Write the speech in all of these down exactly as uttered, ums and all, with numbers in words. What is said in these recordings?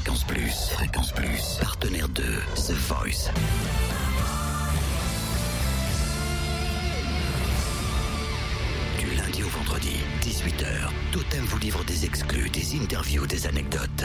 Fréquence Plus, Fréquence Plus, partenaire de The Voice. Du lundi au vendredi, dix-huit heures, Totem vous livre des exclus, des interviews, des anecdotes.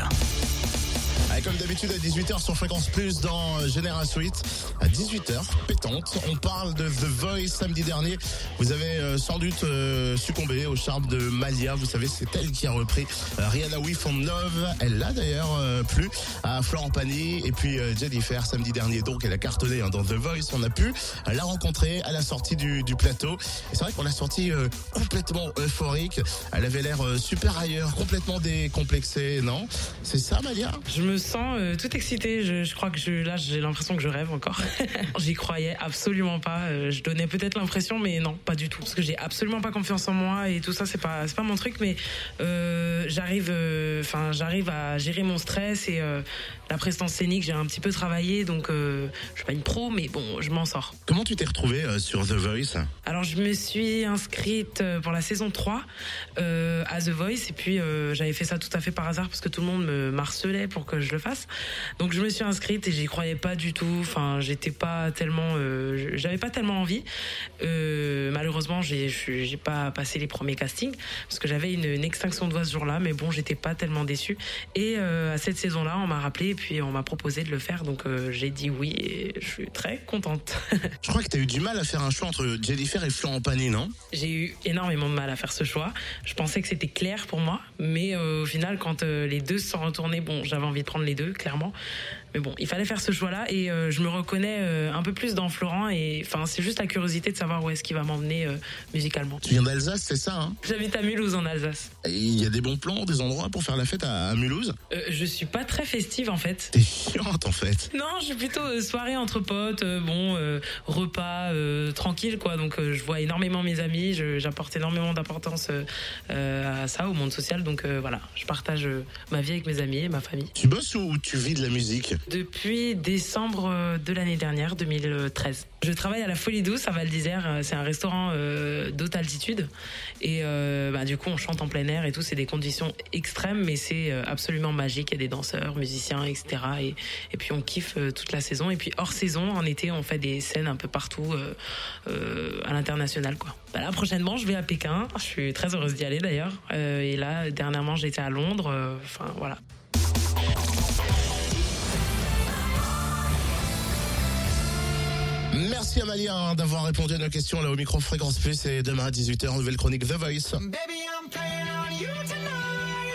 Allez, comme d'habitude à dix-huit heures sur Fréquence Plus dans Génération huit. À dix-huit heures, pétante, on parle de The Voice. Samedi dernier, vous avez euh, sans doute euh, succombé au charme de Malia. Vous savez, c'est elle qui a repris euh, Rihanna We Found Love. Elle l'a d'ailleurs euh, plu à Florent Pagny et puis euh, Jennifer samedi dernier. Donc elle a cartonné hein, dans The Voice. On a pu euh, la rencontrer à la sortie du, du plateau. Et c'est vrai qu'on l'a sortie euh, complètement euphorique. Elle avait l'air euh, super ailleurs, complètement décomplexée, non? C'est ça, Malia? Je me sens euh, tout excitée. Je, je crois que je, là, j'ai l'impression que je rêve encore. J'y croyais absolument pas. Euh, je donnais peut-être l'impression, mais non, pas du tout. Parce que j'ai absolument pas confiance en moi et tout ça, c'est pas, c'est pas mon truc. Mais euh, j'arrive, enfin, euh, j'arrive à gérer mon stress et euh, la prestance scénique. J'ai un petit peu travaillé, donc euh, je suis pas une pro, mais bon, je m'en sors. Comment tu t'es retrouvée euh, sur The Voice? Alors, je me suis inscrite pour la saison trois euh, à The Voice et puis euh, j'avais fait ça tout à fait par hasard parce que tout le monde me harcelait pour que je le fasse. Donc je me suis inscrite et j'y croyais pas du tout. Enfin, j'étais pas tellement, euh, j'avais pas tellement envie. Euh, malheureusement, j'ai, j'ai pas passé les premiers castings parce que j'avais une, une extinction de voix ce jour-là. Mais bon, j'étais pas tellement déçue. Et euh, à cette saison-là, on m'a rappelé et puis on m'a proposé de le faire. Donc euh, j'ai dit oui et je suis très contente. Je crois que t'as eu du mal à faire un choix entre Jennifer et Florent Pagny, non? J'ai eu énormément de mal à faire ce choix. Je pensais que c'était clair pour moi, mais euh, au final, quand euh, les deux se sont retournés, bon, j'avais envie de prendre les deux, clairement. Mais bon, il fallait faire ce choix-là et euh, je me reconnais euh, un peu plus dans Florent et enfin, c'est juste la curiosité de savoir où est-ce qu'il va m'emmener euh, musicalement. Tu viens d'Alsace, c'est ça, hein? J'habite à Mulhouse en Alsace. Il y a des bons plans, des endroits pour faire la fête à, à Mulhouse? Euh, je suis pas très festive en fait. T'es chiante en fait. Non, je suis plutôt euh, soirée entre potes, euh, bon, euh, repas euh, tranquille quoi. Donc euh, je vois énormément mes amis, je, j'apporte énormément d'importance euh, euh, à ça, au monde social. Donc euh, voilà, je partage euh, ma vie avec mes amis et ma famille. Tu bosses ou tu vis de la musique? Depuis décembre de l'année dernière, deux mille treize. Je travaille à la Folie Douce à Val d'Isère. C'est un restaurant euh, d'haute altitude. Et euh, bah, du coup, on chante en plein air et tout. C'est des conditions extrêmes, mais c'est absolument magique. Il y a des danseurs, musiciens, et cetera. Et, et puis, on kiffe euh, toute la saison. Et puis, hors saison, en été, on fait des scènes un peu partout euh, euh, à l'international, quoi. Bah, là, prochainement, je vais à Pékin. Je suis très heureuse d'y aller, d'ailleurs. Euh, et là, dernièrement, j'étais à Londres. Enfin, euh, voilà. Merci Amalia d'avoir répondu à nos questions là au micro Fréquence Plus et demain à dix-huit heures, nouvelle chronique The Voice. Baby, I'm